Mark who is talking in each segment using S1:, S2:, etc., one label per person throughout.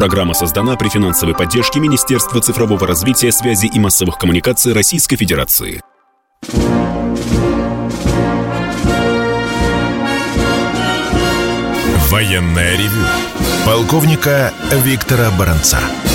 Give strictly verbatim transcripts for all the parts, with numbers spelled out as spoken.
S1: Программа создана при финансовой поддержке Министерства цифрового развития, связи и массовых коммуникаций Российской Федерации.
S2: Военное ревю полковника Виктора Баранца.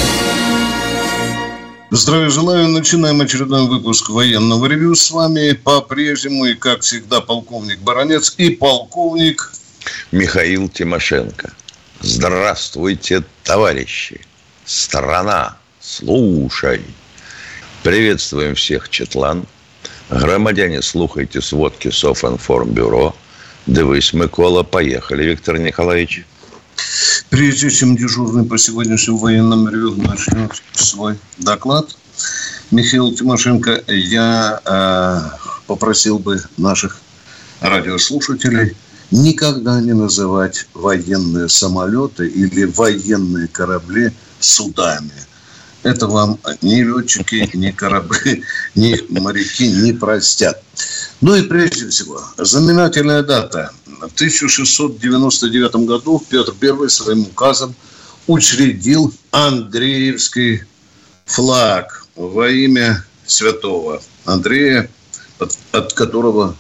S3: Здравия желаю. Начинаем очередной выпуск военного ревю. С вами по-прежнему и, как всегда, полковник Баранец и полковник
S4: Михаил Тимошенко. Здравствуйте, товарищи! Страна, слушай! Приветствуем всех, Четлан. Громадяне, слухайте сводки Софинформбюро. Дивись, Микола, поехали, Виктор Николаевич.
S3: Прежде чем дежурный по сегодняшнему военному ревю начнет свой доклад, Михаил Тимошенко, я э, попросил бы наших радиослушателей никогда не называть военные самолеты или военные корабли судами. Это вам ни летчики, ни корабли, ни моряки не простят. Ну и прежде всего, знаменательная дата. В тысяча шестьсот девяносто девятом году Петр Первый своим указом учредил Андреевский флаг во имя святого Андрея, от, от которого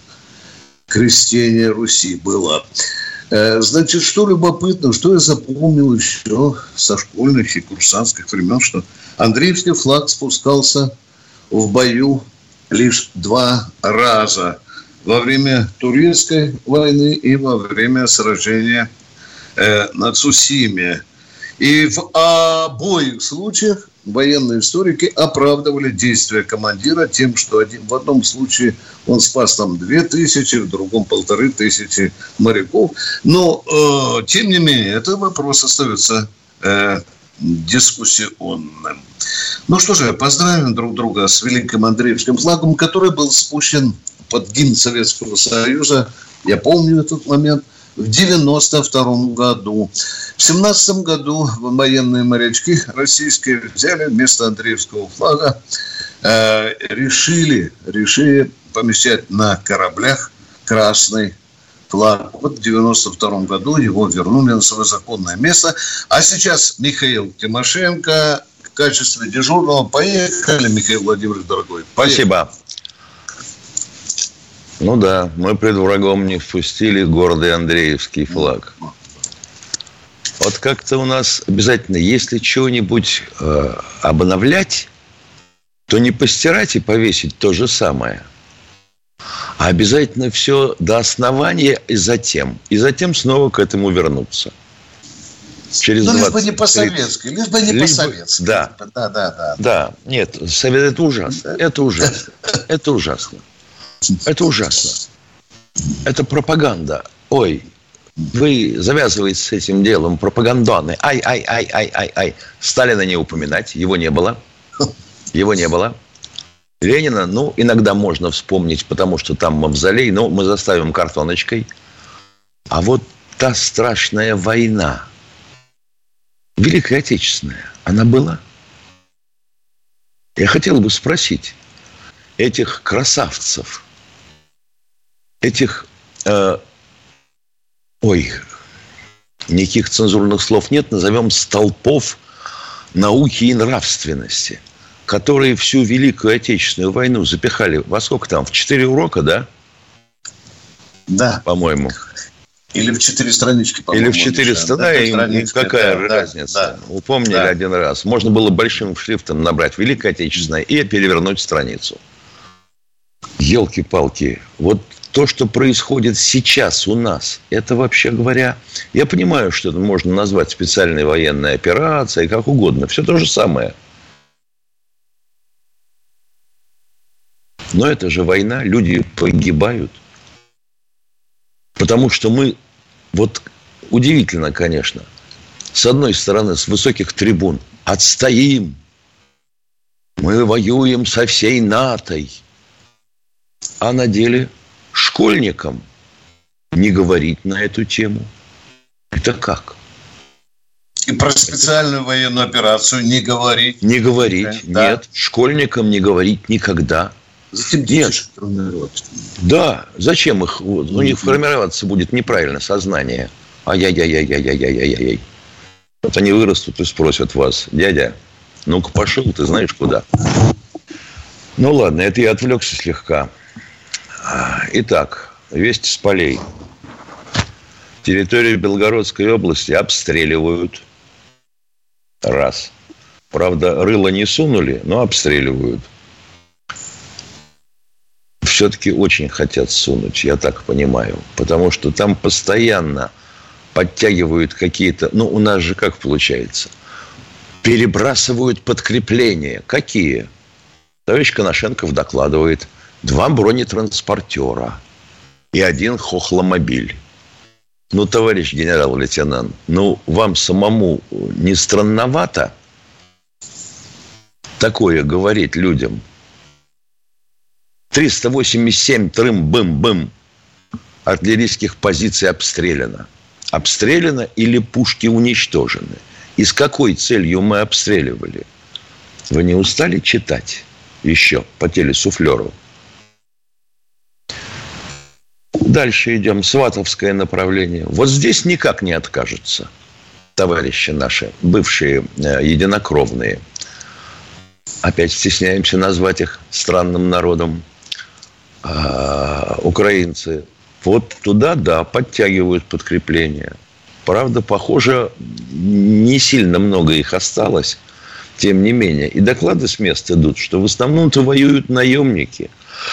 S3: крещение Руси было. Значит, что любопытно, что я запомнил еще со школьных и курсантских времен, что Андреевский флаг спускался в бою лишь два раза. Во время Туринской войны и во время сражения э, на Цусиме. И в обоих случаях военные историки оправдывали действия командира тем, что один, в одном случае он спас там две тысячи, в другом полторы тысячи моряков. Но, э, тем не менее, этот вопрос остается э, дискуссионным. Ну что же, поздравим друг друга с великим Андреевским флагом, который был спущен под гимн Советского Союза, я помню этот момент, в девяносто втором году. В семнадцатом году военные морячки российские взяли вместо Андреевского флага, э, решили, решили помещать на кораблях красный флаг. Вот в девяносто втором году его вернули на свое законное место. А сейчас Михаил Тимошенко в качестве дежурного. Поехали, Михаил Владимирович, дорогой. Поехали.
S4: Спасибо. Ну да, мы пред врагом не впустили гордый Андреевский флаг. Вот как-то у нас обязательно, если чего-нибудь э, обновлять, то не постирать и повесить то же самое, а обязательно все до основания и затем. И затем снова к этому вернуться. Через
S3: ну,
S4: двадцать,
S3: лишь бы не по-советски, лишь бы не
S4: лишь
S3: по-советски.
S4: Да.
S3: Да, да, да.
S4: Да, нет, совет это ужасно, это ужасно, это ужасно. Это ужасно. Это пропаганда. Ой, вы завязываете с этим делом пропагандоны. Ай, ай, ай, ай, ай, ай. Сталина не упоминать, его не было. Его не было. Ленина, ну, иногда можно вспомнить, потому что там мавзолей, но мы заставим картоночкой. А вот та страшная война, Великая Отечественная, она была? Я хотел бы спросить этих красавцев, этих, э, ой, никаких цензурных слов нет, назовем столпов науки и нравственности, которые всю Великую Отечественную войну запихали во сколько там, в четыре урока, да?
S3: Да.
S4: По-моему.
S3: Или в четыре странички, по-моему.
S4: Или в четыреста, да, и какая да, разница? Да, Упомнили да. один раз. Можно было большим шрифтом набрать Великая Отечественная и перевернуть страницу. Елки-палки, вот то, что происходит сейчас у нас, это, вообще говоря, я понимаю, что это можно назвать специальной военной операцией, как угодно, все то же самое. Но это же война, люди погибают. Потому что мы, вот удивительно, конечно, с одной стороны, с высоких трибун отстоим, мы воюем со всей НАТОй, а на деле школьникам не говорить на эту тему. Это как?
S3: И про специальную Это... военную операцию не говорить.
S4: Не говорить, да. Нет. Школьникам не говорить никогда.
S3: Зачем детишек формировать?
S4: Да, зачем их? У них формироваться будет неправильно сознание. Ай-яй-яй-яй-яй-яй-яй-яй. Вот они вырастут и спросят вас: дядя, ну-ка пошел, ты знаешь куда? Ну ладно, это я отвлекся слегка. Итак, вести с полей. Территорию Белгородской области обстреливают. Раз. Правда, рыло не сунули, но обстреливают. Все-таки очень хотят сунуть, я так понимаю. Потому что там постоянно подтягивают какие-то... Ну, у нас же как получается? Перебрасывают подкрепления. Какие? Товарищ Коношенков докладывает: два бронетранспортера и один хохломобиль. Ну, товарищ генерал-лейтенант, ну, вам самому не странновато такое говорить людям? триста восемьдесят семь трым-бым-бым артиллерийских позиций обстреляно. Обстреляно или пушки уничтожены? И с какой целью мы обстреливали? Вы не устали читать еще по телесуфлеру? Дальше идем. Сватовское направление. Вот здесь никак не откажутся товарищи наши, бывшие э, единокровные. Опять стесняемся назвать их странным народом. Э, украинцы. Вот туда, да, подтягивают подкрепления. Правда, похоже, не сильно много их осталось. Тем не менее. И доклады с мест идут, что в основном-то воюют наемники.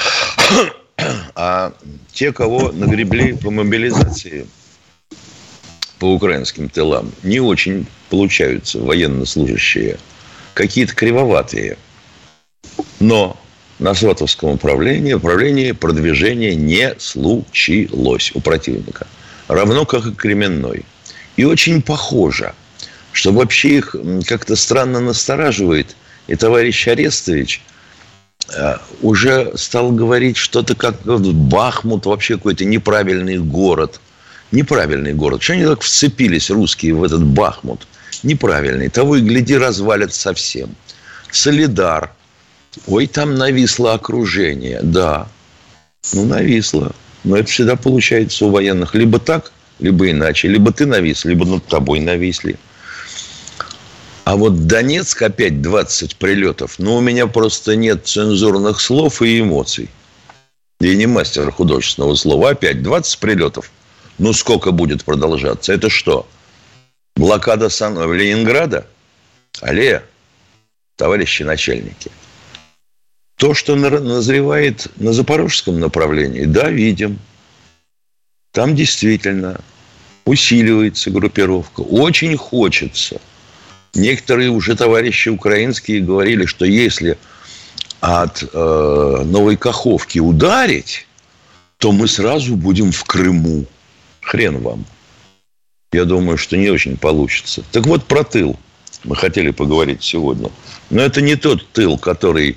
S4: А те, кого нагребли по мобилизации по украинским тылам, не очень получаются военнослужащие. Какие-то кривоватые. Но на Сватовском управлении управление продвижения не случилось у противника. Равно как и Кременной. И очень похоже, что вообще их как-то странно настораживает. И товарищ Арестович уже стал говорить что-то как Бахмут, вообще какой-то неправильный город. Неправильный город. Что они так вцепились, русские, в этот Бахмут? Неправильный. Того и гляди, развалят совсем. Солидар. Ой, там нависло окружение. Да. Ну, нависло. Но это всегда получается у военных. Либо так, либо иначе. Либо ты навис, либо над тобой нависли. А вот Донецк опять двадцать прилетов. Ну, у меня просто нет цензурных слов и эмоций. Я не мастер художественного слова. Опять двадцать прилетов. Ну, сколько будет продолжаться? Это что? Блокада Сан... Ленинграда? Алле, товарищи начальники. То, что назревает на запорожском направлении, да, видим. Там действительно усиливается группировка. Очень хочется. Некоторые уже товарищи украинские говорили, что если от э, Новой Каховки ударить, то мы сразу будем в Крыму. Хрен вам. Я думаю, что не очень получится. Так вот, про тыл мы хотели поговорить сегодня. Но это не тот тыл, который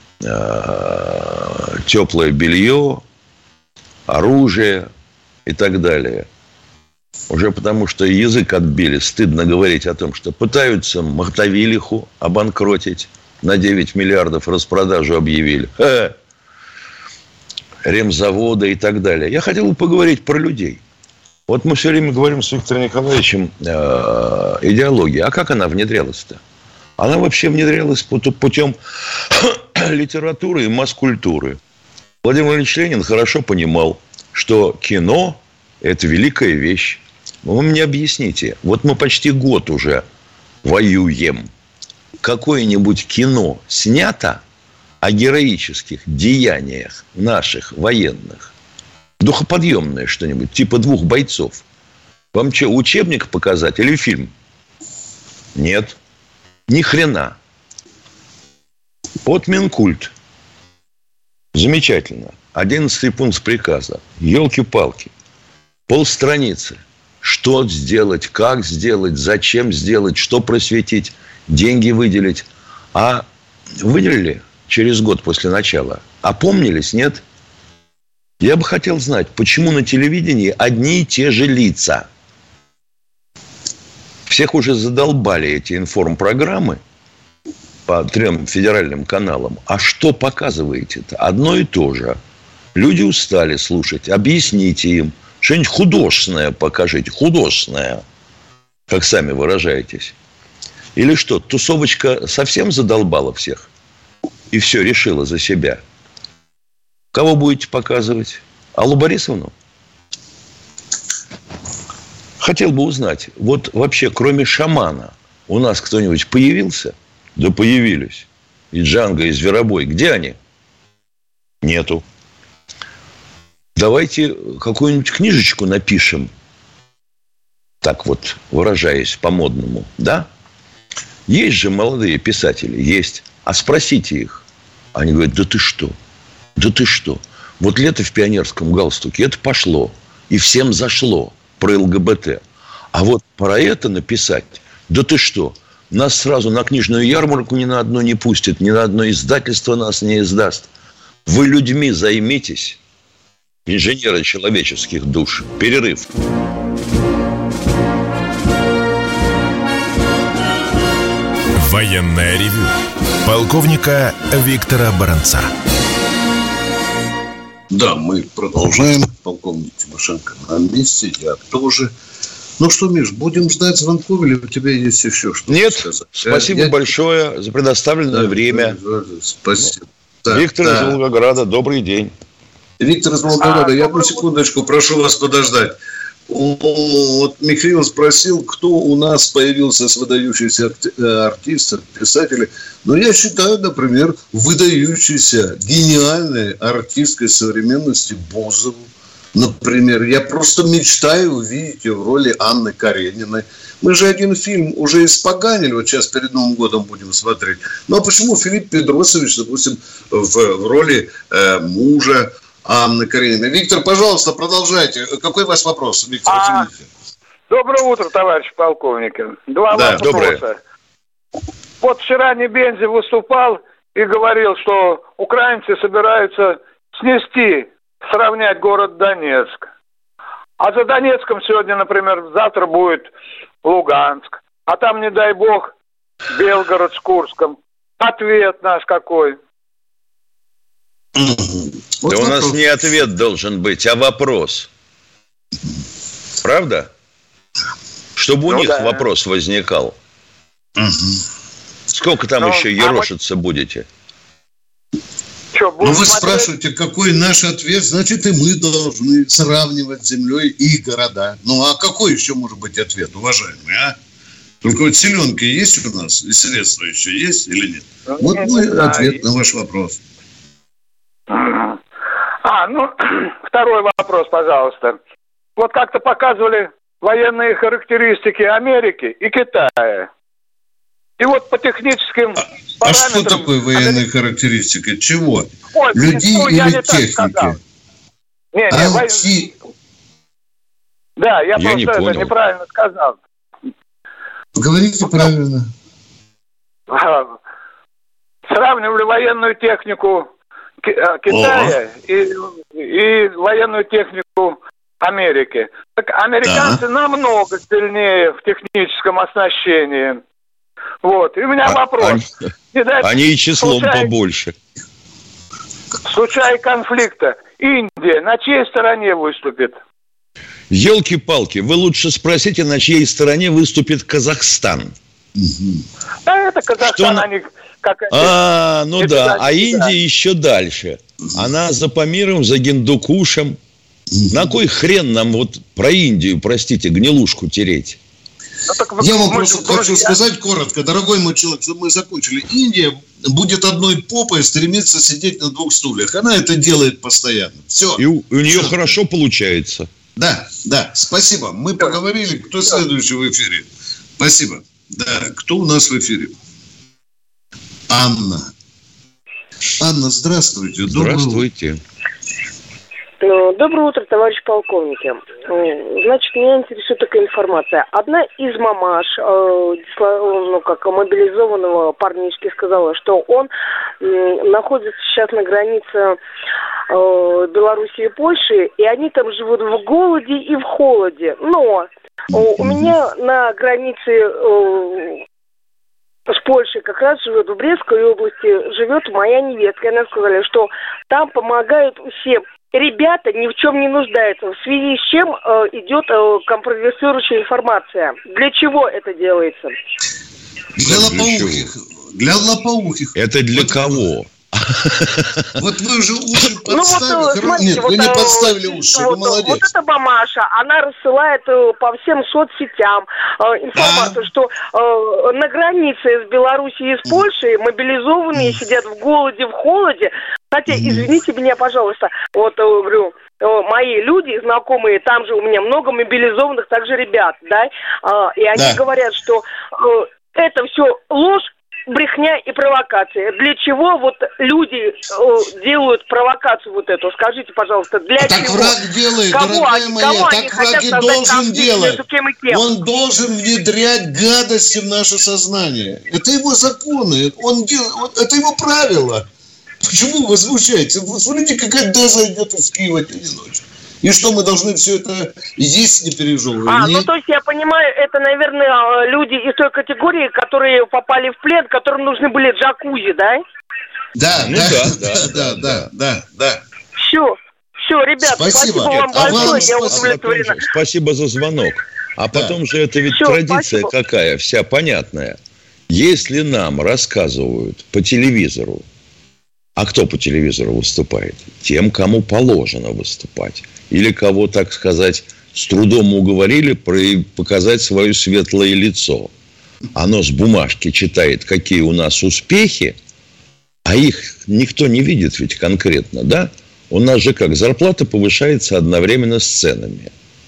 S4: э, теплое белье, оружие и так далее. Уже потому, что язык отбили. Стыдно говорить о том, что пытаются Мотовилиху обанкротить. На девять миллиардов распродажу объявили. Ха! Ремзавода и так далее. Я хотел бы поговорить про людей. Вот мы все время говорим с Виктором Николаевичем э, идеологии. А как она внедрялась-то? Она вообще внедрялась путем литературы и масс-культуры. Владимир Ильич Ленин хорошо понимал, что кино – это великая вещь. Вы мне объясните. Вот мы почти год уже воюем. Какое-нибудь кино снято о героических деяниях наших военных? Духоподъемное что-нибудь, типа двух бойцов. Вам что, учебник показать или фильм? Нет. Ни хрена. Вот Минкульт. Замечательно. Одиннадцатый пункт приказа. Елки-палки. Полстраницы. Что сделать, как сделать, зачем сделать, что просветить, деньги выделить. А выделили через год после начала. Опомнились, нет? Я бы хотел знать, почему на телевидении одни и те же лица. Всех уже задолбали эти информпрограммы по трем федеральным каналам. А что показываете-то? Одно и то же. Люди устали слушать. Объясните им. Что-нибудь художественное покажите. Художественное. как сами выражаетесь? Или что, тусовочка совсем задолбала всех? И все, решила за себя? Кого будете показывать? Аллу Борисовну? Хотел бы узнать, вот вообще, кроме шамана, у нас кто-нибудь появился? Да появились. И Джанго, и Зверобой. Где они? Нету. Давайте какую-нибудь книжечку напишем. Так вот, выражаясь по-модному. Да? Есть же молодые писатели, есть. А спросите их. Они говорят, да ты что? Да ты что? Вот лето в пионерском галстуке, это пошло. И всем зашло про ЛГБТ. А вот про это написать, да ты что? Нас сразу на книжную ярмарку ни на одно не пустят, ни на одно издательство нас не издаст. Вы людьми займитесь, инженеры человеческих душ. Перерыв.
S2: Военное ревю полковника Виктора Баранца.
S3: Да, мы продолжаем. Полковник Тимошенко на месте, я тоже. Ну что, Миш, будем ждать звонков или у тебя есть еще что-то
S4: Нет,
S3: сказать?
S4: спасибо я... большое за предоставленное да, время.
S3: Спасибо. Да,
S4: Виктор да. из Волгограда, добрый день.
S3: Виктор из Волгограда, а, я одну секундочку, прошу вас подождать. Вот Михаил спросил, кто у нас появился с выдающихся артистов, писателей. Но я считаю, например, выдающейся, гениальной артисткой современности Бузову. Например, я просто мечтаю увидеть ее в роли Анны Карениной. Мы же один фильм уже испоганили, вот сейчас перед Новым годом будем смотреть. Ну, а почему Филипп Педросович, допустим, в, в роли э, мужа Анны Карениной? Виктор, пожалуйста, продолжайте. Какой у вас вопрос, Виктор?
S5: А, доброе утро, товарищ полковник. Два
S3: да,
S5: вопроса. Доброе. Вот вчера Небензя выступал и говорил, что украинцы собираются снести, сравнять город Донецк. А за Донецком сегодня, например, завтра будет Луганск. А там, не дай бог, Белгород с Курском. Ответ наш какой?
S4: Да вот у нас не ответ должен быть, а вопрос. Правда? Чтобы у ну них да. вопрос возникал. Угу. Сколько там ну, еще ерошиться а мы... будете?
S3: Что, ну вы смотреть? Спрашиваете, какой наш ответ? Значит, и мы должны сравнивать с землей и города. Ну, а какой еще может быть ответ, уважаемые, а? Только вот селенки есть у нас, и средства еще есть или нет? Ну, вот нет, мой да, ответ есть. На ваш вопрос.
S5: А, ну, второй вопрос, пожалуйста. Вот как-то показывали военные характеристики Америки и Китая. И вот по техническим
S3: а,
S5: параметрам...
S3: А что такое военные характеристики? Чего?
S5: Ой,
S3: людей
S5: ну,
S3: или техники?
S5: Не, не, а ти... во... Да, я, я просто не это понял. Неправильно сказал.
S3: Говорите правильно.
S5: Сравнивали военную технику Китая и, и военную технику Америки. Так американцы ага. намного сильнее в техническом оснащении. Вот. И у меня а, вопрос.
S4: Они, не дай, они и числом случай, побольше.
S5: В случае конфликта Индия на чьей стороне выступит?
S4: Елки-палки, вы лучше спросите, на чьей стороне выступит Казахстан.
S5: Да это Казахстан, они...
S4: А, ну да, а Индия еще дальше. Она за Памиром, за Гиндукушем. На кой хрен нам вот про Индию, простите, гнилушку тереть?
S3: Ну, я вам просто друзья. хочу сказать коротко, дорогой мой человек, чтобы мы закончили. Индия будет одной попой стремиться сидеть на двух стульях. Она это делает постоянно. Все.
S4: И у, у нее Все. хорошо получается.
S3: Да, да, спасибо. Мы поговорили. Кто следующий в эфире? Спасибо. Да, кто у нас в эфире? Анна. Анна, здравствуйте.
S4: Здравствуйте.
S6: Доброе утро, товарищ полковники. Значит, меня интересует такая информация. Одна из мамаш, ну, как мобилизованного парнишки, сказала, что он находится сейчас на границе Белоруссии и Польши, и они там живут в голоде и в холоде. Но у меня на границе с Польшей как раз живет, в Брестской области живет моя невестка. И она сказала, что там помогают все ребята ни в чем не нуждаются, в связи с чем э, идет э, компрометирующая информация. Для чего это делается?
S3: Для лопоухих. Для лопоухих.
S4: Это для
S3: вот,
S4: кого?
S3: Вот вы же уши подставили.
S6: Ну, вот, смотрите,
S3: Нет,
S6: вот,
S3: вы не подставили уши,
S6: вот,
S3: вы молодец.
S6: Вот эта мамаша, она рассылает по всем соцсетям э, информацию, а? что э, на границе с Белоруссией и с Польшей мобилизованные mm. сидят в голоде, в холоде. Кстати, mm. извините меня, пожалуйста, вот, говорю, мои люди, знакомые, там же у меня много мобилизованных также ребят, да, э, и они да. говорят, что э, это все ложь, брехня и провокация. Для чего вот люди э, делают провокацию вот эту? Скажите, пожалуйста, для
S3: а
S6: чего?
S3: Так враг делает,
S6: кого
S3: дорогая
S6: они,
S3: моя,
S6: кого
S3: так враг и должен делать. Он должен внедрять гадости в наше сознание. Это его законы, он дел... это его правила. Почему вы возмущаетесь? Вы смотрите, какая доза идет из Киева день и ночь. И что, мы должны все это есть, не пережевывая?
S6: А,
S3: Нет?
S6: ну то есть я понимаю, это, наверное, люди из той категории, которые попали в плен, которым нужны были джакузи, да?
S3: Да,
S4: ну,
S3: да,
S4: да,
S3: да, да, да, да, да, да.
S6: Все, все, ребят, спасибо, спасибо вам
S3: а
S6: большое,
S3: вам
S6: я удовлетворена.
S4: А спасибо за звонок. А да. потом же это ведь
S6: Все,
S4: традиция
S6: спасибо.
S4: какая, вся понятная. Если нам рассказывают по телевизору, а кто по телевизору выступает? Тем, кому положено выступать. Или кого, так сказать, с трудом уговорили показать свое светлое лицо. Оно с бумажки читает, какие у нас успехи, а их никто не видит ведь конкретно, да? У нас же как, зарплата повышается одновременно с ценами.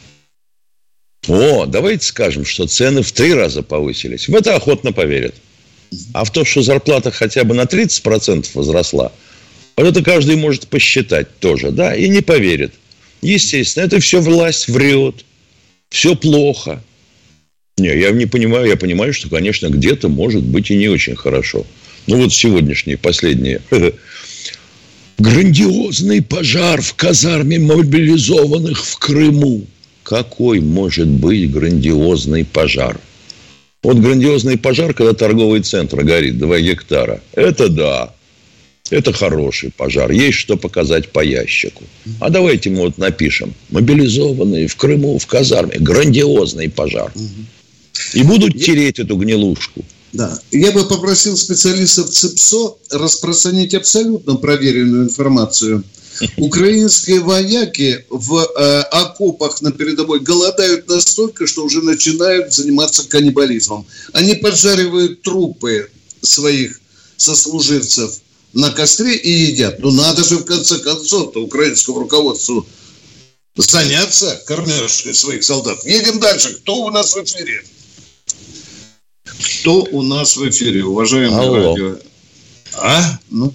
S4: О, давайте скажем, что цены в три раза повысились. В это охотно поверят. А в то, что зарплата хотя бы на тридцать процентов возросла, вот это каждый может посчитать тоже, да, и не поверит. Естественно, это все власть врет, все плохо. Не, я не понимаю, я понимаю, что, конечно, где-то может быть и не очень хорошо. Ну, вот сегодняшние, последние. Грандиозный пожар в казарме мобилизованных в Крыму. Какой может быть грандиозный пожар? Вот грандиозный пожар, когда торговый центр горит, два гектара. Это да. Это хороший пожар. Есть что показать по ящику. А давайте мы вот напишем. Мобилизованные в Крыму, в казарме. Грандиозный пожар. И будут тереть эту гнилушку.
S3: Да. Я бы попросил специалистов ЦИПСО распространить абсолютно проверенную информацию. Украинские вояки в э, окопах на передовой голодают настолько, что уже начинают заниматься каннибализмом. Они поджаривают трупы своих сослуживцев на костре и едят. Ну, надо же, в конце концов-то, украинскому руководству заняться кормежкой своих солдат. Едем дальше. Кто у нас в эфире? Кто у нас в эфире, уважаемый
S4: Алло.
S3: радио? А? Ну...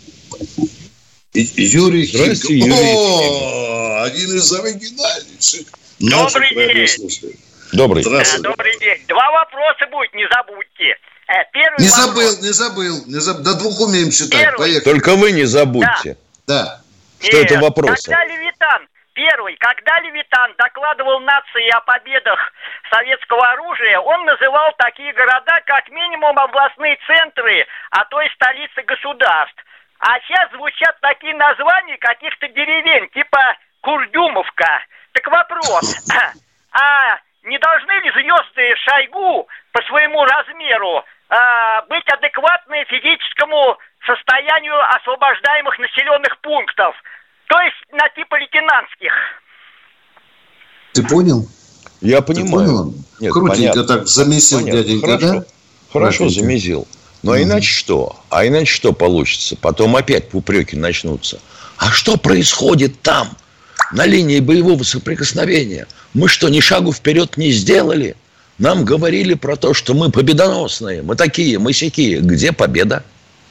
S3: Юрий
S4: Здравствуйте,
S3: Химко.
S4: Юрий.
S3: О, один из оригинальнейших.
S7: Добрый день.
S4: Добрый.
S7: Здравствуйте. Добрый день. Два вопроса будет, не забудьте. Первый
S3: не
S7: вопрос.
S3: забыл, не забыл, не забыл. До двух умеем считать.
S7: Первый.
S3: Поехали.
S4: Только вы не забудьте.
S3: Да.
S4: Что
S7: Нет.
S4: это вопросы?
S7: Когда Левитан, первый, когда Левитан докладывал нации о победах советского оружия, он называл такие города как минимум областные центры, а то и столицы государств. А сейчас звучат такие названия каких-то деревень, типа Курдюмовка. Так вопрос, а не должны ли звезды Шойгу по своему размеру а, быть адекватны физическому состоянию освобождаемых населенных пунктов? То есть на типа лейтенантских.
S3: Ты понял?
S4: Я понимаю.
S3: Нет, крутенько понятно. Так замесил понятно. Дяденька,
S4: Хорошо.
S3: Да?
S4: Хорошо,
S3: Крутенько.
S4: замесил. Ну, а иначе что? А иначе что получится? Потом опять упреки начнутся. А что происходит там, на линии боевого соприкосновения? Мы что, ни шагу вперед не сделали? Нам говорили про то, что мы победоносные, мы такие, мы сякие. Где победа?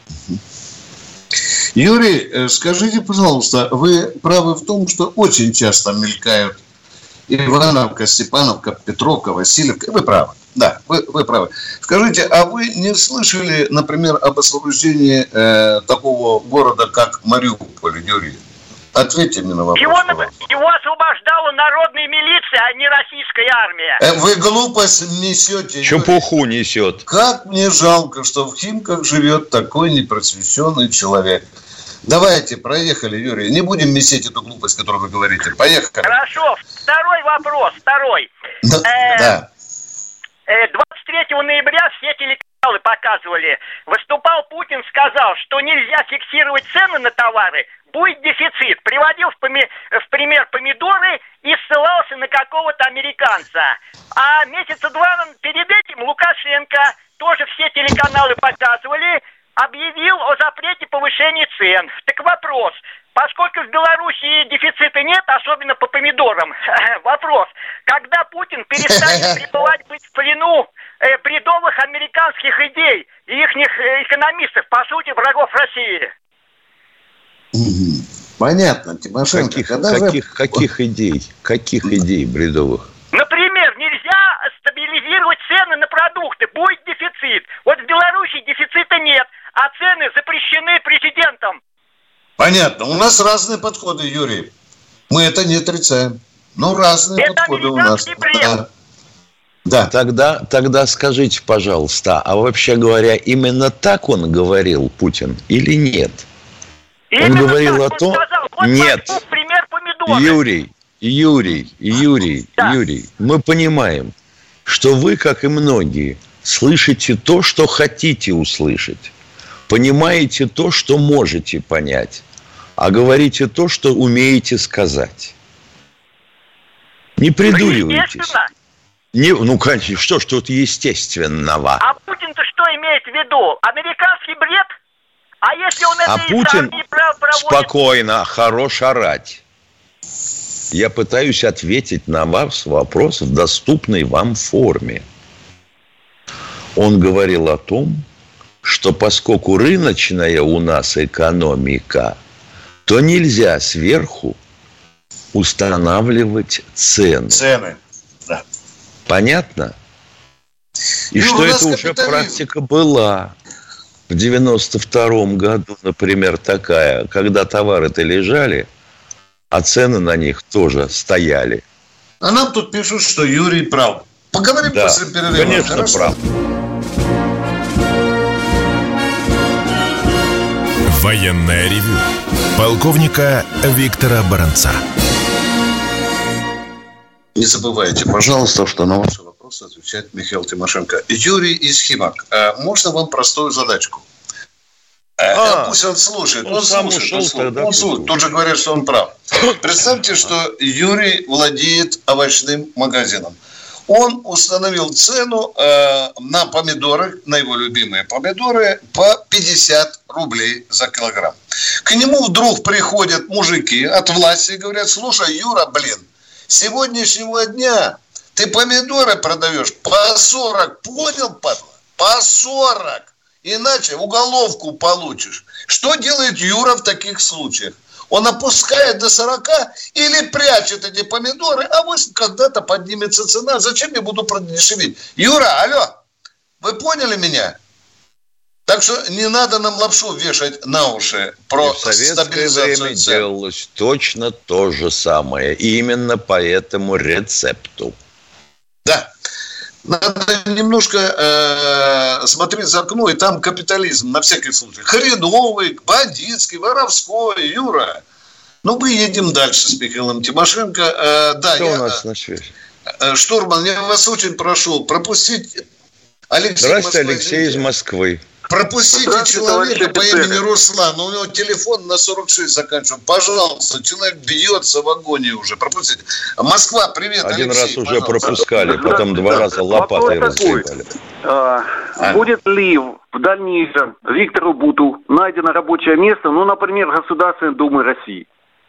S3: Юрий, скажите, пожалуйста, вы правы в том, что очень часто мелькают Ивановка, Степановка, Петровка, Васильевка. Вы правы. Да, вы, вы правы. Скажите, а вы не слышали, например, об освобождении э, такого города, как Мариуполь, Юрий? Ответьте мне на вопрос.
S7: Его, его освобождала народная милиция, а не российская армия.
S3: Э, вы глупость несете.
S4: Чепуху несет.
S3: Как мне жалко, что в Химках живет такой непросвещенный человек. Давайте, проехали, Юрий. Не будем месить эту глупость, которую вы говорите. Поехали.
S7: Хорошо. Второй вопрос. Второй.
S3: Да.
S7: Э,
S3: да.
S7: двадцать третьего ноября все телеканалы показывали. Выступал Путин, сказал, что нельзя фиксировать цены на товары, будет дефицит. Приводил в, поми... в пример помидоры и ссылался на какого-то американца. А месяца два перед этим Лукашенко, тоже все телеканалы показывали, объявил о запрете повышения цен. Так вопрос, поскольку в Беларуси дефицита нет, особенно по помидорам, вопрос, когда Путин перестанет пребывать быть в плену э, бредовых американских идей и их экономистов, по сути, врагов России?
S3: Понятно, Тимошенко.
S4: Каких,
S3: когда
S4: каких,
S3: же...
S4: каких идей? Каких идей бредовых?
S7: Например, нельзя стабилизировать цены на продукты, будет дефицит. Вот в Беларуси дефицита нет, а цены запрещены президентом.
S3: Понятно. У нас разные подходы, Юрий. Мы это не отрицаем. Но разные
S7: это
S3: подходы у нас.
S7: Да.
S3: да.
S4: Тогда, тогда скажите, пожалуйста, а вообще говоря, именно так он говорил, Путин, или нет?
S7: Именно
S4: он говорил о том...
S7: Вот
S4: нет.
S7: Пример помидоры.
S4: Юрий, Юрий, Юрий,
S7: да.
S4: Юрий, мы понимаем, что вы, как и многие, слышите то, что хотите услышать. Понимаете то, что можете понять. А говорите то, что умеете сказать. Не придуривайтесь. Не, ну, конечно, что ж тут естественного?
S7: А Путин-то что имеет в виду? Американский бред? А если он это
S4: а
S7: и
S4: Путин
S7: сам не проводит?
S4: Спокойно, хорош орать. Я пытаюсь ответить на ваш вопрос в доступной вам форме. Он говорил о том, что поскольку рыночная у нас экономика, то нельзя сверху устанавливать цены.
S3: Цены, да.
S4: Понятно? И ну, что это уже практика была. В девяносто втором году, например, такая, когда товары-то лежали, а цены на них тоже стояли.
S3: А нам тут пишут, что Юрий прав. Поговорим
S4: да,
S3: после перерыва.
S4: Конечно,
S3: Хорошо?
S4: прав.
S2: Военное ревю полковника Виктора Баранца.
S3: Не забывайте, пожалуйста, что на ваши вопросы отвечает Михаил Тимошенко. Юрий из Химок, можно вам простую задачку? А, пусть он слушает. Он, он слушает. Ушел, он слушает. Он слушает. Тут же говорят, что он прав. Представьте, что Юрий владеет овощным магазином. Он установил цену э, на помидоры, на его любимые помидоры, по пятьдесят рублей за килограмм. К нему вдруг приходят мужики от власти и говорят: слушай, Юра, блин, с сегодняшнего дня ты помидоры продаешь по сорок, понял, падла? По сорок. Иначе уголовку получишь. Что делает Юра в таких случаях? Он опускает до сорока или прячет эти помидоры, а вот когда-то поднимется цена. Зачем я буду продешевить? Юра, алло, вы поняли меня? Так что не надо нам лапшу вешать на уши про стабилизацию цен. В советское время
S4: делалось точно то же самое. И именно по этому рецепту.
S3: Да. Надо немножко э, смотреть за окно, и там капитализм на всякий случай. Хреновый, бандитский, воровской, Юра. Ну, мы едем дальше с Михаилом Тимошенко. Э, да,
S4: Что
S3: я,
S4: у нас на связи?
S3: Э, Штурман, я вас очень прошу пропустить Алексей.
S4: Здравствуйте, Алексей из Москвы.
S3: Пропустите человека по имени Руслан. У него телефон на сорок шесть заканчивается. Пожалуйста, человек бьется в агонии уже. Пропустите. Москва, привет,
S4: Один
S3: Алексей,
S4: раз уже
S3: пожалуйста.
S4: пропускали, потом два раза лопатой разгребали.
S8: А, а? Будет ли в дальнейшем Виктору Буту найдено рабочее место, ну, например, в Государственной Думе России?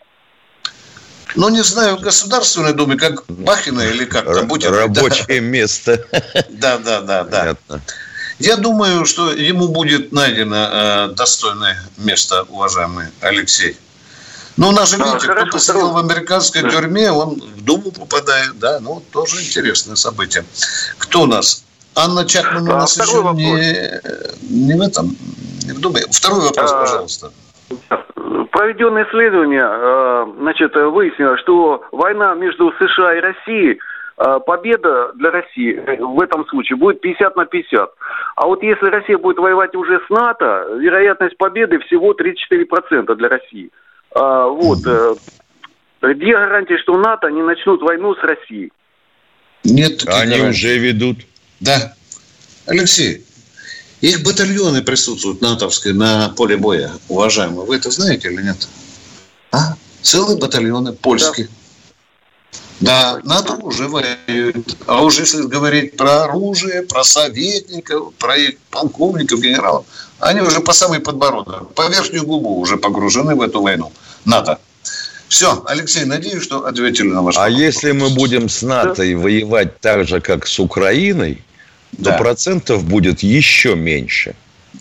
S3: Ну, не знаю, в Государственной Думе, как Бахина или как там будет.
S4: Рабочее да. место.
S3: Да, да, да, да.
S4: Понятно.
S3: Я думаю, что ему будет найдено э, достойное место, уважаемый Алексей. Ну, у нас же, видите, а, кто посидел в американской да. тюрьме, он в Думу попадает, да, ну, тоже интересное событие. Кто у нас? Анна Чакман у нас а, еще не, не в этом, не в Думе. Второй вопрос, а, пожалуйста.
S8: Проведенное исследование, значит, выяснило, что война между США и Россией победа для России в этом случае будет пятьдесят на пятьдесят. А вот если Россия будет воевать уже с НАТО, вероятность победы всего тридцать четыре процента для России. Вот. Где гарантия, что НАТО не начнут войну с Россией?
S3: Нет.
S4: Они гарантий. Уже ведут.
S3: Да. Алексей, их батальоны присутствуют натовские на поле боя, уважаемые. Вы это знаете или нет? А? Целые батальоны польские. Да, да, НАТО уже воюют. А уж если говорить про оружие, про советников, про их полковников, генералов, они уже по самый подбородок, по верхнюю губу уже погружены в эту войну. НАТО. Все, Алексей, надеюсь, что ответили на ваш вопрос.
S4: А если мы будем с НАТО да. воевать так же, как с Украиной, да. то процентов будет еще меньше.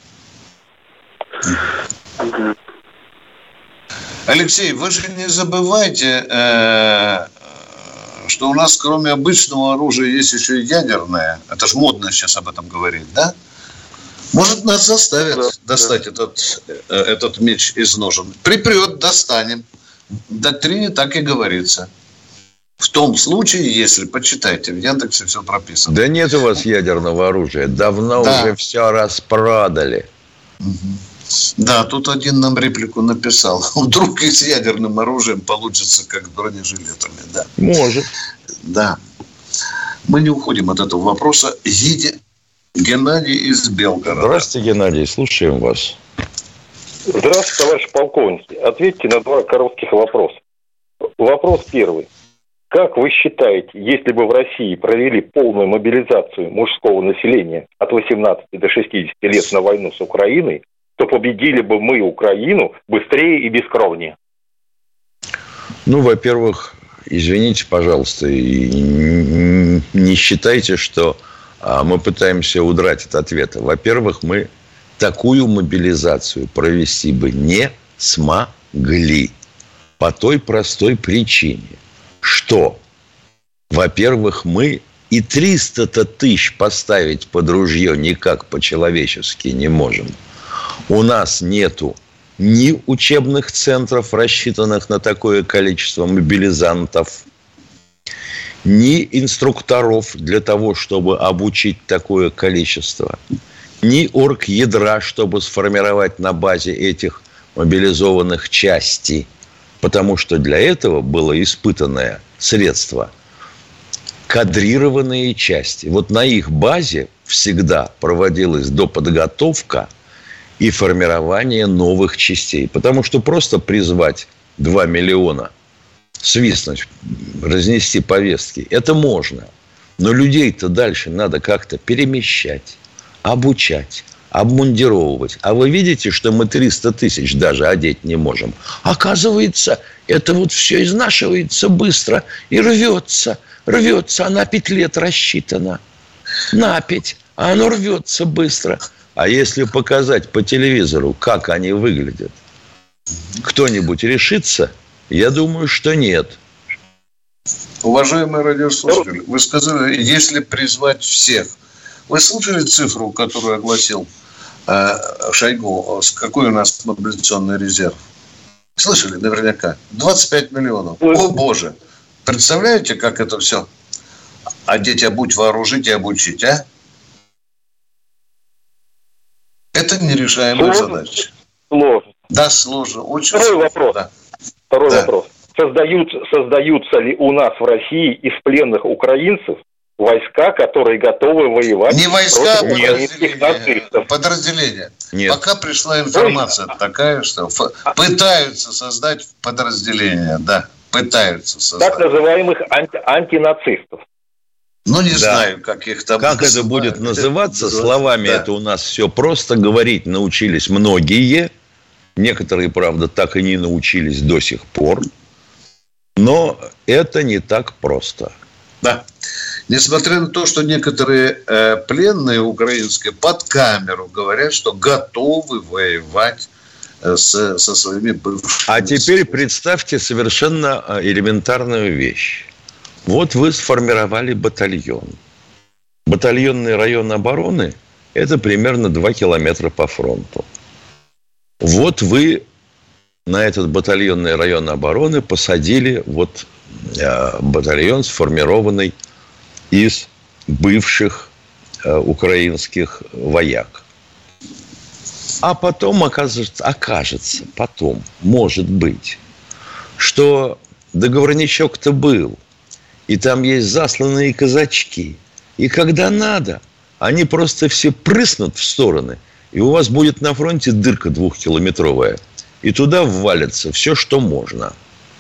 S3: Алексей, вы же не забывайте, э, что у нас кроме обычного оружия есть еще и ядерное. Это ж модно сейчас об этом говорить, да? Может, нас заставят да, достать да. Этот, э, этот меч из ножен. Припрет, достанем. В доктрине так и говорится. В том случае, если, почитайте, в Яндексе все прописано.
S4: Да нет у вас ядерного оружия. Давно да. уже все распродали.
S3: Угу. Да, тут один нам реплику написал. Вдруг и с ядерным оружием получится, как с бронежилетами. Да.
S4: Может.
S3: Да. Мы не уходим от этого вопроса. Едем. Геннадий из Белгорода.
S4: Здравствуйте, Геннадий. Слушаем вас.
S9: Здравствуйте, товарищи полковники. Ответьте на два коротких вопроса. Вопрос первый. Как вы считаете, если бы в России провели полную мобилизацию мужского населения от восемнадцати до шестидесяти лет на войну с Украиной, то победили бы мы Украину быстрее и бескровнее?
S4: Ну, во-первых, извините, пожалуйста, и не считайте, что мы пытаемся удрать от ответа. Во-первых, мы такую мобилизацию провести бы не смогли. По той простой причине, что, во-первых, мы и триста-то тысяч поставить под ружье никак по-человечески не можем. У нас нету ни учебных центров, рассчитанных на такое количество мобилизантов, ни инструкторов для того, чтобы обучить такое количество, ни оргядра, чтобы сформировать на базе этих мобилизованных частей. Потому что для этого было испытанное средство кадрированные части. Вот на их базе всегда проводилась доподготовка и формирование новых частей. Потому что просто призвать два миллиона, свистнуть, разнести повестки, это можно. Но людей-то дальше надо как-то перемещать, обучать, обмундировывать. А вы видите, что мы триста тысяч даже одеть не можем. Оказывается, это вот все изнашивается быстро и рвется. Рвется, а на пять лет рассчитано. На пять, а оно рвется быстро. А если показать по телевизору, как они выглядят, кто-нибудь решится? Я думаю, что нет.
S3: Уважаемые радиослушатели, вы сказали, если призвать всех. Вы слышали цифру, которую огласил э, Шойгу? Какой у нас мобилизационный резерв? Слышали наверняка? двадцать пять миллионов. О, боже! Представляете, как это все? Одеть, обуть, вооружить и обучить, а? Это нерешаемая задача.
S9: Сложно.
S3: Да, сложно. Очень
S9: Второй
S3: сложно.
S9: вопрос.
S3: Да.
S9: Второй
S3: да.
S9: вопрос. Создаются, создаются ли у нас в России из пленных украинцев войска, которые готовы воевать?
S3: Не войска, а
S9: подразделения.
S3: подразделения.
S4: Нет.
S3: Пока пришла информация Ой. такая, что пытаются создать подразделения, да, пытаются создать.
S9: Так называемых анти- антинацистов.
S3: Ну, не
S4: да.
S3: знаю, как их там
S4: Как
S3: называют.
S4: это будет называться,
S3: это,
S4: словами
S3: да.
S4: это у нас все просто. Говорить научились многие. Некоторые, правда, так и не научились до сих пор. Но это не так просто.
S3: Да. Несмотря на то, что некоторые э, пленные украинские под камеру говорят, что готовы воевать э, с, со своими бывшими.
S4: А теперь представьте совершенно элементарную вещь. Вот вы сформировали батальон. Батальонный район обороны – это примерно два километра по фронту. Вот вы на этот батальонный район обороны посадили вот, э, батальон, сформированный из бывших э, украинских вояк. А потом окажется, окажется, потом, может быть, что договорничок-то был, и там есть засланные казачки. И когда надо, они просто все прыснут в стороны, и у вас будет на фронте дырка двухкилометровая. И туда ввалится все, что можно.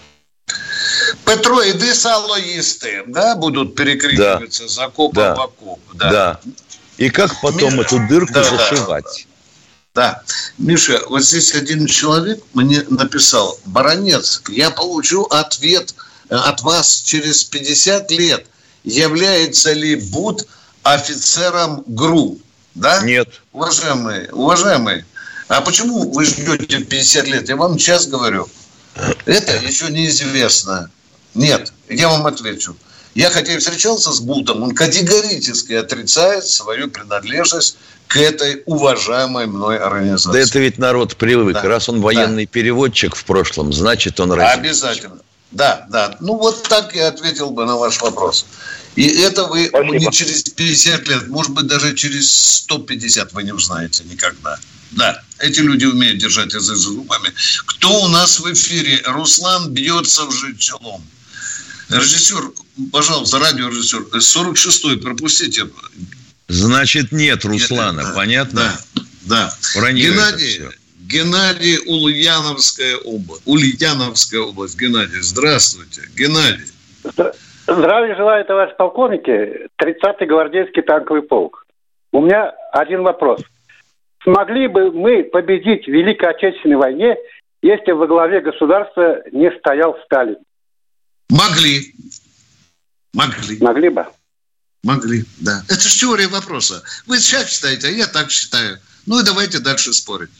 S3: Петро, и десалоисты, да, будут перекрикиваться, да, за окопа
S4: да.
S3: в окоп. Да.
S4: да. И как потом Миша, эту дырку да, зашивать?
S3: Да. Миша, вот здесь один человек мне написал: Баранец, я получу ответ от вас через пятьдесят лет. Является ли Бут офицером ГРУ? Да?
S4: Нет.
S3: Уважаемые, уважаемые, а почему вы ждете пятьдесят лет? Я вам сейчас говорю. Это еще неизвестно. Нет, я вам отвечу. Я хотя и встречался с Бутом, он категорически отрицает свою принадлежность к этой уважаемой мной организации.
S4: Да это ведь народ привык. Да. Раз он военный да. переводчик в прошлом, значит он российский.
S3: Обязательно. Да, да. Ну вот так я ответил бы на ваш вопрос. И это вы Спасибо. Не через пятьдесят лет, может быть, даже через сто пятьдесят вы не узнаете никогда. Да, эти люди умеют держать язык за зубами. Кто у нас в эфире? Руслан бьется уже челом. Режиссер, пожалуйста, радиорежиссер, сорок шестой пропустите.
S4: Значит, нет Руслана, да, понятно?
S3: Да, да. Геннадий, Геннадий, Ульяновская область. Ульяновская область. Геннадий, здравствуйте. Геннадий.
S10: Здравия желаю, товарищ полковники. тридцатый гвардейский танковый полк. У меня один вопрос. Смогли бы мы победить в Великой Отечественной войне, если во главе государства не стоял Сталин?
S3: Могли. Могли.
S10: Могли бы.
S3: Могли, да. Это же теория вопроса. Вы так считаете, а я так считаю. Ну и давайте дальше спорить.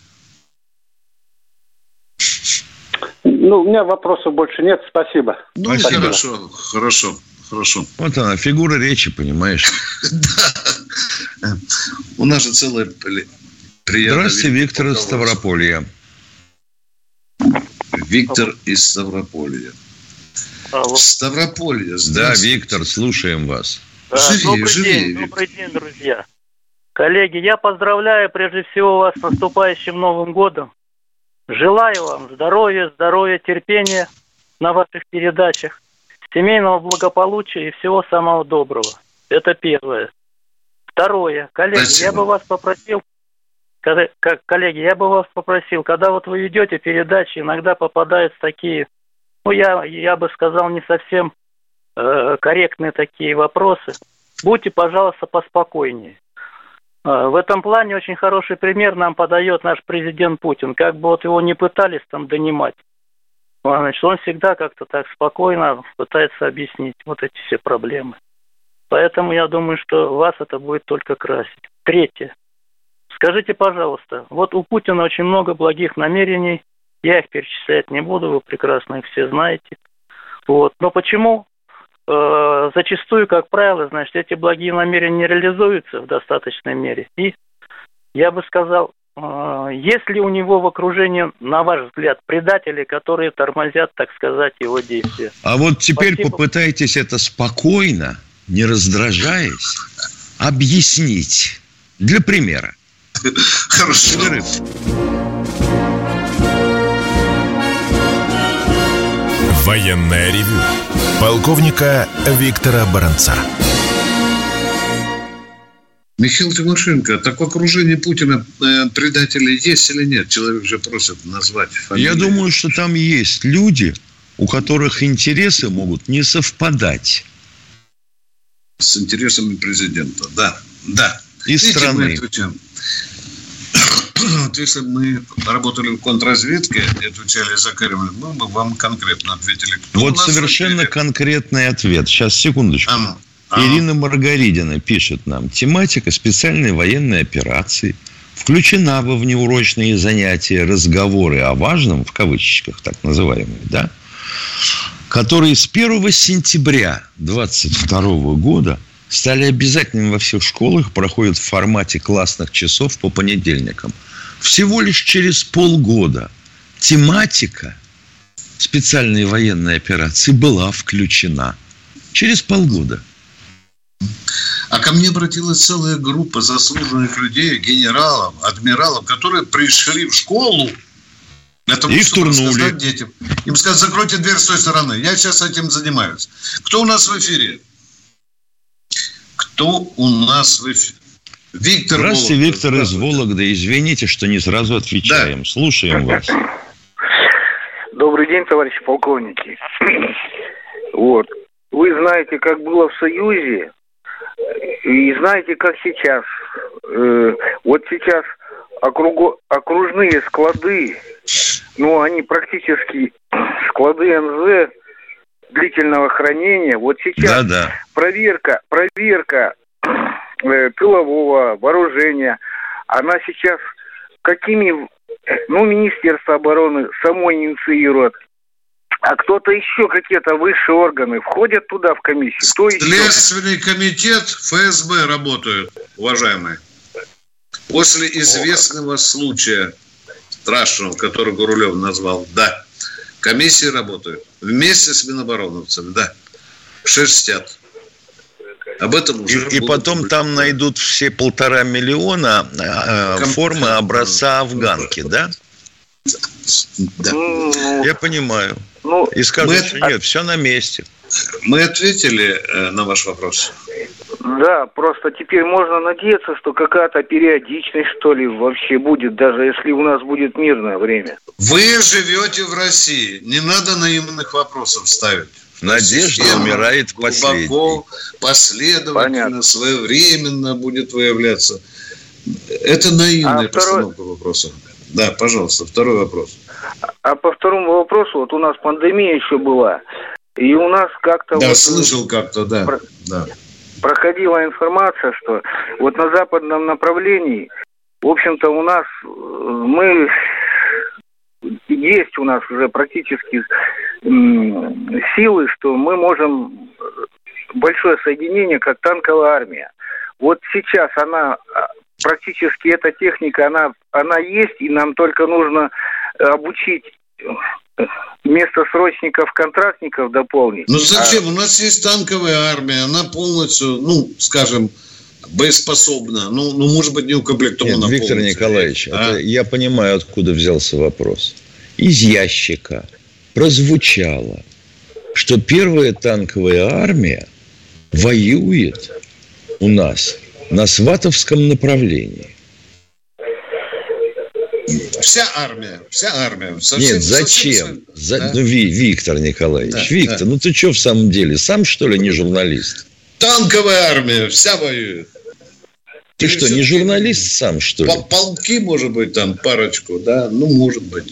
S10: Ну, у меня вопросов больше нет, спасибо.
S3: Ну, спасибо. Хорошо, хорошо, хорошо.
S4: Вот она, фигура речи, понимаешь?
S3: Да. У нас же целая приятная...
S4: Здравствуйте, Виктор из Ставрополья.
S3: Виктор из Ставрополья. Ставрополье,
S4: да, Виктор, слушаем вас.
S11: Да, живее, добрый живее, день, добрый день, друзья. Коллеги, я поздравляю прежде всего вас с наступающим Новым годом. Желаю вам здоровья, здоровья, терпения на ваших передачах, семейного благополучия и всего самого доброго. Это первое. Второе. Коллеги, Спасибо. я бы вас попросил, как, коллеги, я бы вас попросил, когда вот вы ведете передачи, иногда попадаются такие, ну, я, я бы сказал, не совсем э, корректные такие вопросы. Будьте, пожалуйста, поспокойнее. В этом плане очень хороший пример нам подает наш президент Путин. Как бы вот его не пытались там донимать, значит, он всегда как-то так спокойно пытается объяснить вот эти все проблемы. Поэтому я думаю, что вас это будет только красить. Третье. Скажите, пожалуйста, вот у Путина очень много благих намерений. Я их перечислять не буду, вы прекрасно их все знаете. Вот. Но почему э, зачастую, как правило, значит, эти благие намерения не реализуются в достаточной мере? И я бы сказал, э, есть ли у него в окружении, на ваш взгляд, предатели, которые тормозят, так сказать, его действия?
S4: А вот теперь
S11: Спасибо.
S4: Попытайтесь это спокойно, не раздражаясь, объяснить. Для примера.
S3: Хорошо.
S2: Военное ревю полковника Виктора Баранца.
S3: Михаил Тимошенко, так в окружении Путина э, предатели есть или нет? Человек же просит назвать фамилию.
S4: Я думаю, что там есть люди, у которых интересы могут не совпадать
S3: с интересами президента. Да, да.
S4: И Видите, страны.
S3: Вот если бы мы работали в контрразведке и отвечали за Кремль, мы бы вам конкретно ответили. Кто
S4: вот совершенно конкретный ответ. Сейчас, секундочку. А, а. Ирина Маргаридина пишет нам. Тематика специальной военной операции включена во внеурочные занятия, разговоры о важном, в кавычках так называемые, да, которые с первого сентября двадцать второго года стали обязательными во всех школах, проходят в формате классных часов по понедельникам. Всего лишь через полгода тематика специальной военной операции была включена. Через полгода.
S3: А ко мне обратилась целая группа заслуженных людей, генералов, адмиралов, которые пришли в школу для того,
S4: их
S3: чтобы
S4: турнули.
S3: рассказать детям. Им сказать, закройте дверь с той стороны. Я сейчас этим занимаюсь. Кто у нас в эфире? Кто у нас в эфире? Виктор.
S4: Здравствуйте,
S3: Вологда.
S4: Виктор из Вологды. Извините, что не сразу отвечаем. Да. Слушаем вас.
S5: Добрый день, товарищи полковники. Вот. Вы знаете, как было в Союзе, и знаете, как сейчас. Э, вот сейчас округо, окружные склады, ну, они практически склады эн зэ длительного хранения. Вот сейчас
S4: Да-да.
S5: проверка, проверка э, тылового вооружения, она сейчас какими, ну, Министерство обороны само инициирует, а кто-то еще, какие-то высшие органы входят туда в комиссию. Кто
S3: Следственный еще? комитет, эф эс бэ работают, уважаемые. После известного случая страшного, который Гурулев назвал, да, комиссии работают. Вместе с минобороновцами, да, шерстят. Об этом уже...
S4: И, и потом быть. Там найдут все полтора миллиона э, формы образца афганки, да?
S3: Да.
S4: Я понимаю.
S5: Ну,
S4: и скажут,
S3: мы...
S4: что нет, все на месте.
S3: Мы ответили э, на ваш вопрос?
S5: Да, просто теперь можно надеяться, что какая-то периодичность, что ли, вообще будет, даже если у нас будет мирное время.
S3: Вы живете в России. Не надо наивных вопросов ставить.
S4: Надежда Система умирает последней.
S3: Глубоко, последовательно, Понятно. своевременно будет выявляться. Это наивная а постановка второй... вопроса. Да, пожалуйста, второй вопрос.
S5: А по второму вопросу, вот у нас пандемия еще была, и у нас как-то...
S3: Да,
S5: вот
S3: слышал как-то, да.
S5: Про...
S3: да.
S5: Проходила информация, что вот на западном направлении, в общем-то, у нас мы... Есть у нас уже практически м- силы, что мы можем большое соединение, как танковая армия. Вот сейчас она... Практически эта техника, она, она есть, и нам только нужно обучить вместо срочников, контрактников дополнить.
S3: Ну зачем? А... У нас есть танковая армия, она полностью, ну, скажем, боеспособна. Ну, ну может быть, не укомплектована.
S4: Нет, Виктор Николаевич, а? это, я понимаю, откуда взялся вопрос. Из ящика прозвучало, что первая танковая армия воюет у нас на Сватовском направлении.
S3: Вся армия, вся армия. Совсем,
S4: Нет, зачем?
S3: Совсем,
S4: За...
S3: да?
S4: Ну, Виктор Николаевич, да, Виктор, да. ну ты что в самом деле? Сам, что ли, не журналист?
S3: Танковая армия, вся воюет.
S4: Ты Или что, не журналист сам, что ли?
S3: Полки, может быть, там парочку, да? Ну, может быть.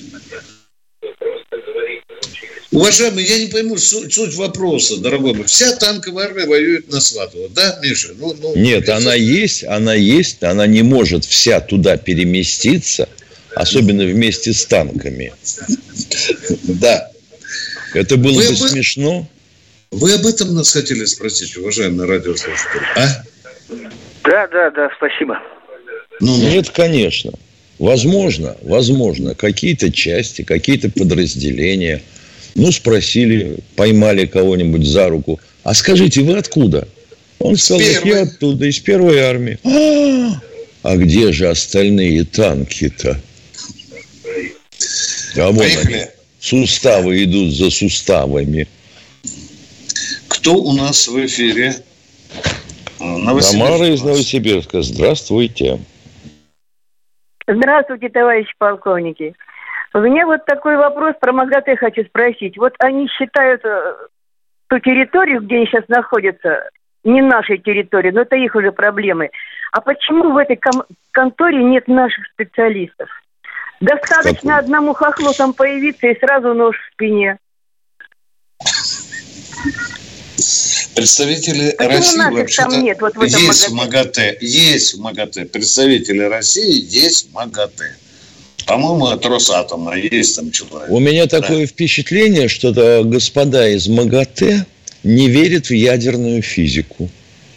S3: Уважаемый, я не пойму суть, суть вопроса, дорогой мой. Вся танковая армия воюет на Сватово, да, Миша? Ну, ну,
S4: Нет,
S3: это...
S4: она есть, она есть, она не может вся туда переместиться, особенно вместе с танками.
S3: Да.
S4: Это было бы смешно.
S3: Вы об этом нас хотели спросить, уважаемый радиослушатель, а?
S5: Да, да, да, спасибо.
S4: Ну, Нет, конечно. Возможно, возможно, какие-то части, какие-то подразделения... Ну, спросили, поймали кого-нибудь за руку. А скажите, вы откуда? Он сказал, я оттуда, из первой армии. А, а где же остальные танки-то? А вон они, суставы идут за суставами.
S3: Кто у нас в эфире?
S4: Тамара из Новосибирска. Здравствуйте.
S12: Здравствуйте, товарищи полковники. У меня вот такой вопрос про МАГАТЭ хочу спросить. Вот они считают ту территорию, где они сейчас находятся, не нашей территорией, но это их уже проблемы. А почему в этой ком- конторе нет наших специалистов? Достаточно как? Одному хохлу там появиться и сразу нож в спине.
S3: Представители
S12: Почему
S3: России вообще-то
S12: там нет, вот в этом
S3: есть
S12: МАГАТЭ?
S3: в МАГАТЭ. Есть в МАГАТЭ. Представители России есть в МАГАТЭ. По-моему, от Росатома есть там человек.
S4: У меня да. такое впечатление, что господа из МАГАТЭ не верят в ядерную физику.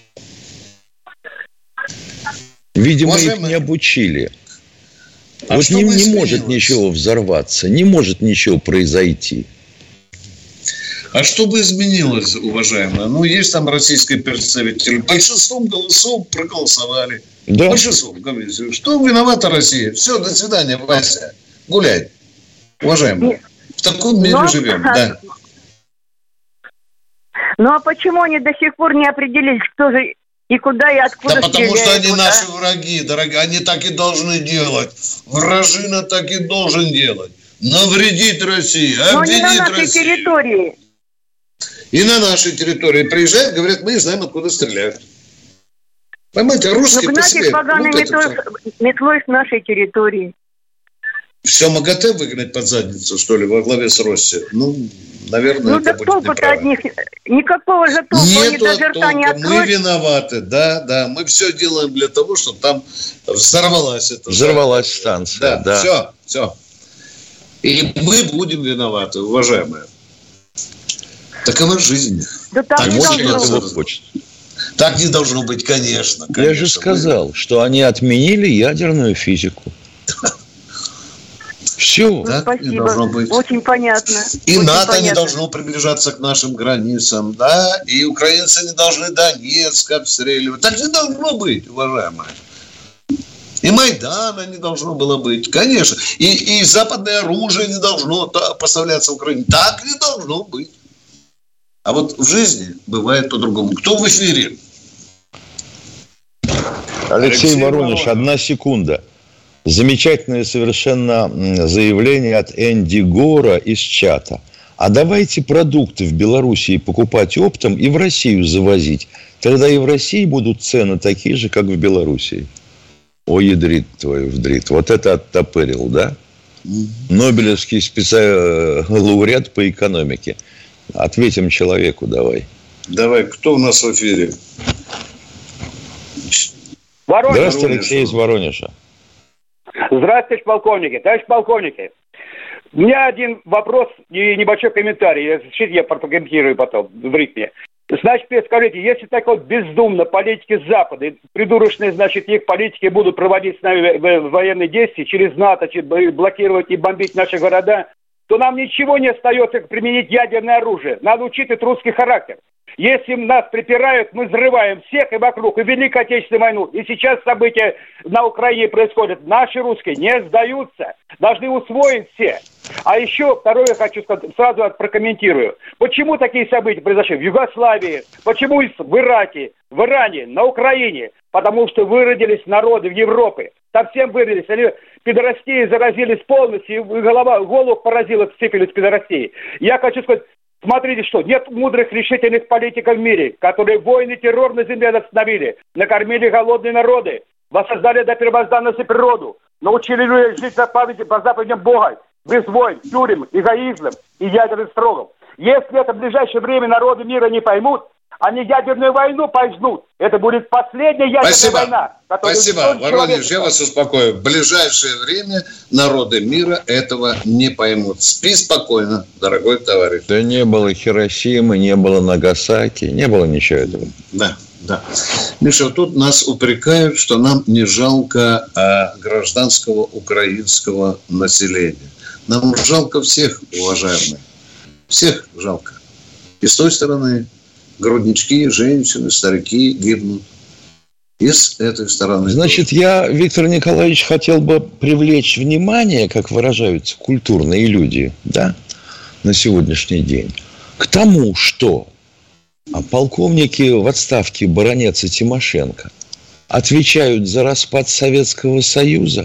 S4: Видимо, Уважаемый... их не обучили. А вот не, не может ничего взорваться, не может ничего произойти.
S3: А что бы изменилось, уважаемые? Ну, есть там российские представители. Большинством голосов проголосовали. Да. Большинством комиссии. Что виновата Россия? Все, до свидания, Вася. Гуляй. Уважаемые. В таком мире Но... живем, да.
S12: Ну, а почему они до сих пор не определились, кто же и куда, и откуда
S3: Да потому что они
S12: куда?
S3: наши враги, дорогие. Они так и должны делать. Вражина так и должен делать. Навредить России, обвинить Россию. Но не на нашей Россию. территории. И на нашей территории приезжают, говорят, мы знаем, откуда стреляют. Понимаете, русские
S12: ну,
S3: по себе...
S12: их поганой метлой, метлой с нашей территории.
S3: Все МАГАТЭ выгнать под задницу, что ли, во главе с Россией? Ну, наверное,
S12: ну,
S3: это будет неправильно. Ну, толку-то от них... Никакого же толку они даже рта не откроют. Мы виноваты, да, да. Мы все делаем для того, чтобы там взорвалась эта...
S4: Взорвалась станция, да.
S3: да. Все, все. И мы будем виноваты, уважаемые. Такова жизнь.
S12: Да так,
S3: так,
S12: не должно
S4: быть.
S3: так не должно быть, конечно. конечно.
S4: Я же сказал, мы... что они отменили ядерную физику. Все.
S12: Так спасибо. Очень понятно.
S3: И
S12: Очень
S3: НАТО
S12: понятно.
S3: не должно приближаться к нашим границам, да, и украинцы не должны Донецк обстреливать. Так не должно быть, уважаемые. И Майдана не должно было быть, конечно. И, и западное оружие не должно поставляться в Украине. Так не должно быть. А вот в жизни бывает по-другому. Кто в эфире?
S4: Алексей, Алексей Воронеж, одна секунда. Замечательное совершенно заявление от Энди Гора из чата. А давайте продукты в Белоруссии покупать оптом и в Россию завозить. Тогда и в России будут цены такие же, как в Белоруссии. О, ядрит твою вдрит. Вот это оттопырил, да? Mm-hmm. Нобелевский специ... лауреат по экономике. Ответим человеку давай.
S3: Давай, кто у нас в эфире?
S4: Воронеж. Здравствуйте, Алексей из Воронежа.
S13: Здравствуйте, полковники. Товарищ полковники, у меня один вопрос и небольшой комментарий. Я, я прокомментирую потом, в ритме. Значит, скажите, если так вот бездумно политики Запада, придурочные, значит, их политики будут проводить с нами военные действия через НАТО, блокировать и бомбить наши города, то нам ничего не остается, как применить ядерное оружие. Надо учитывать русский характер. Если нас припирают, мы взрываем всех и вокруг, и Великую Отечественную войну. И сейчас события на Украине происходят. Наши русские не сдаются. Должны усвоить все. А еще второе я хочу сказать, сразу прокомментирую. Почему такие события произошли в Югославии? Почему в Ираке, в Иране, на Украине? Потому что выродились народы в Европе. Совсем выродились. Они пидорастии заразились полностью, и голова, голову поразила сифилис пидорастии. Я хочу сказать, смотрите, что нет мудрых решительных политиков в мире, которые войны, террор на земле остановили, накормили голодные народы, воссоздали до первозданности природу, научили людей жить по памяти, по заповедям Бога, без войн, тюрем, эгоизмом и ядерных строгов. Если это в ближайшее время народы мира не поймут, они ядерную войну поймут. Это будет последняя ядерная
S3: Спасибо.
S13: война.
S3: Спасибо, Воронеж, я вас успокою. В ближайшее время народы мира этого не поймут. Спи спокойно, дорогой товарищ.
S4: Да не было Хиросимы, не было Нагасаки, не было ничего этого.
S3: Да, да. Миша, тут нас упрекают, что нам не жалко а, гражданского украинского населения. Нам жалко всех, уважаемые. Всех жалко. И с той стороны груднички, женщины, старики гибнут. И с этой стороны.
S4: Значит, тоже. Я, Виктор Николаевич, хотел бы привлечь внимание, как выражаются культурные люди, да, на сегодняшний день, к тому, что полковники в отставке баронец и Тимошенко отвечают за распад Советского Союза.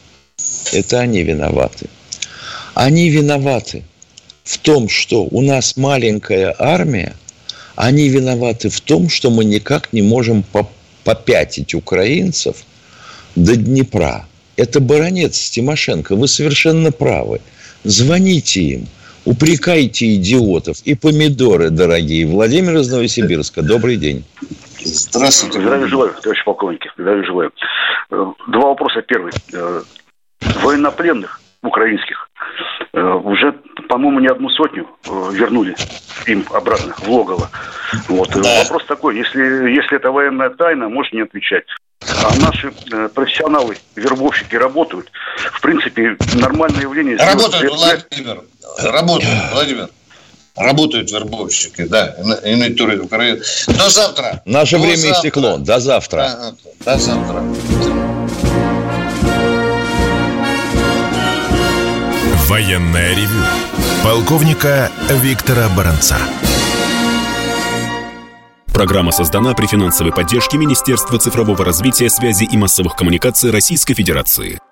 S4: Это они виноваты. Они виноваты в том, что у нас маленькая армия. Они виноваты в том, что мы никак не можем попятить украинцев до Днепра. Это баронец Тимошенко. Вы совершенно правы. Звоните им, упрекайте идиотов и помидоры, дорогие. Владимир из Новосибирска. Добрый день.
S3: Здравствуйте.
S14: Здравия желаю, товарищ полковники. Здравия желаю. Два вопроса. Первый. Военнопленных украинских уже, по-моему, не одну сотню вернули им обратно в логово. Вот. Да. Вопрос такой, если, если это военная тайна, можете не отвечать. А наши э, профессионалы, вербовщики работают. В принципе, нормальное явление...
S3: Работают, Владимир. Работают, Владимир. Работают вербовщики, да, и на территории Украины. До завтра.
S4: Наше
S3: До
S4: время
S3: завтра.
S4: истекло. До завтра.
S3: Да, до завтра.
S2: Военное ревю полковника Виктора Баранца.
S1: Программа создана при финансовой поддержке Министерства цифрового развития, связи и массовых коммуникаций Российской Федерации.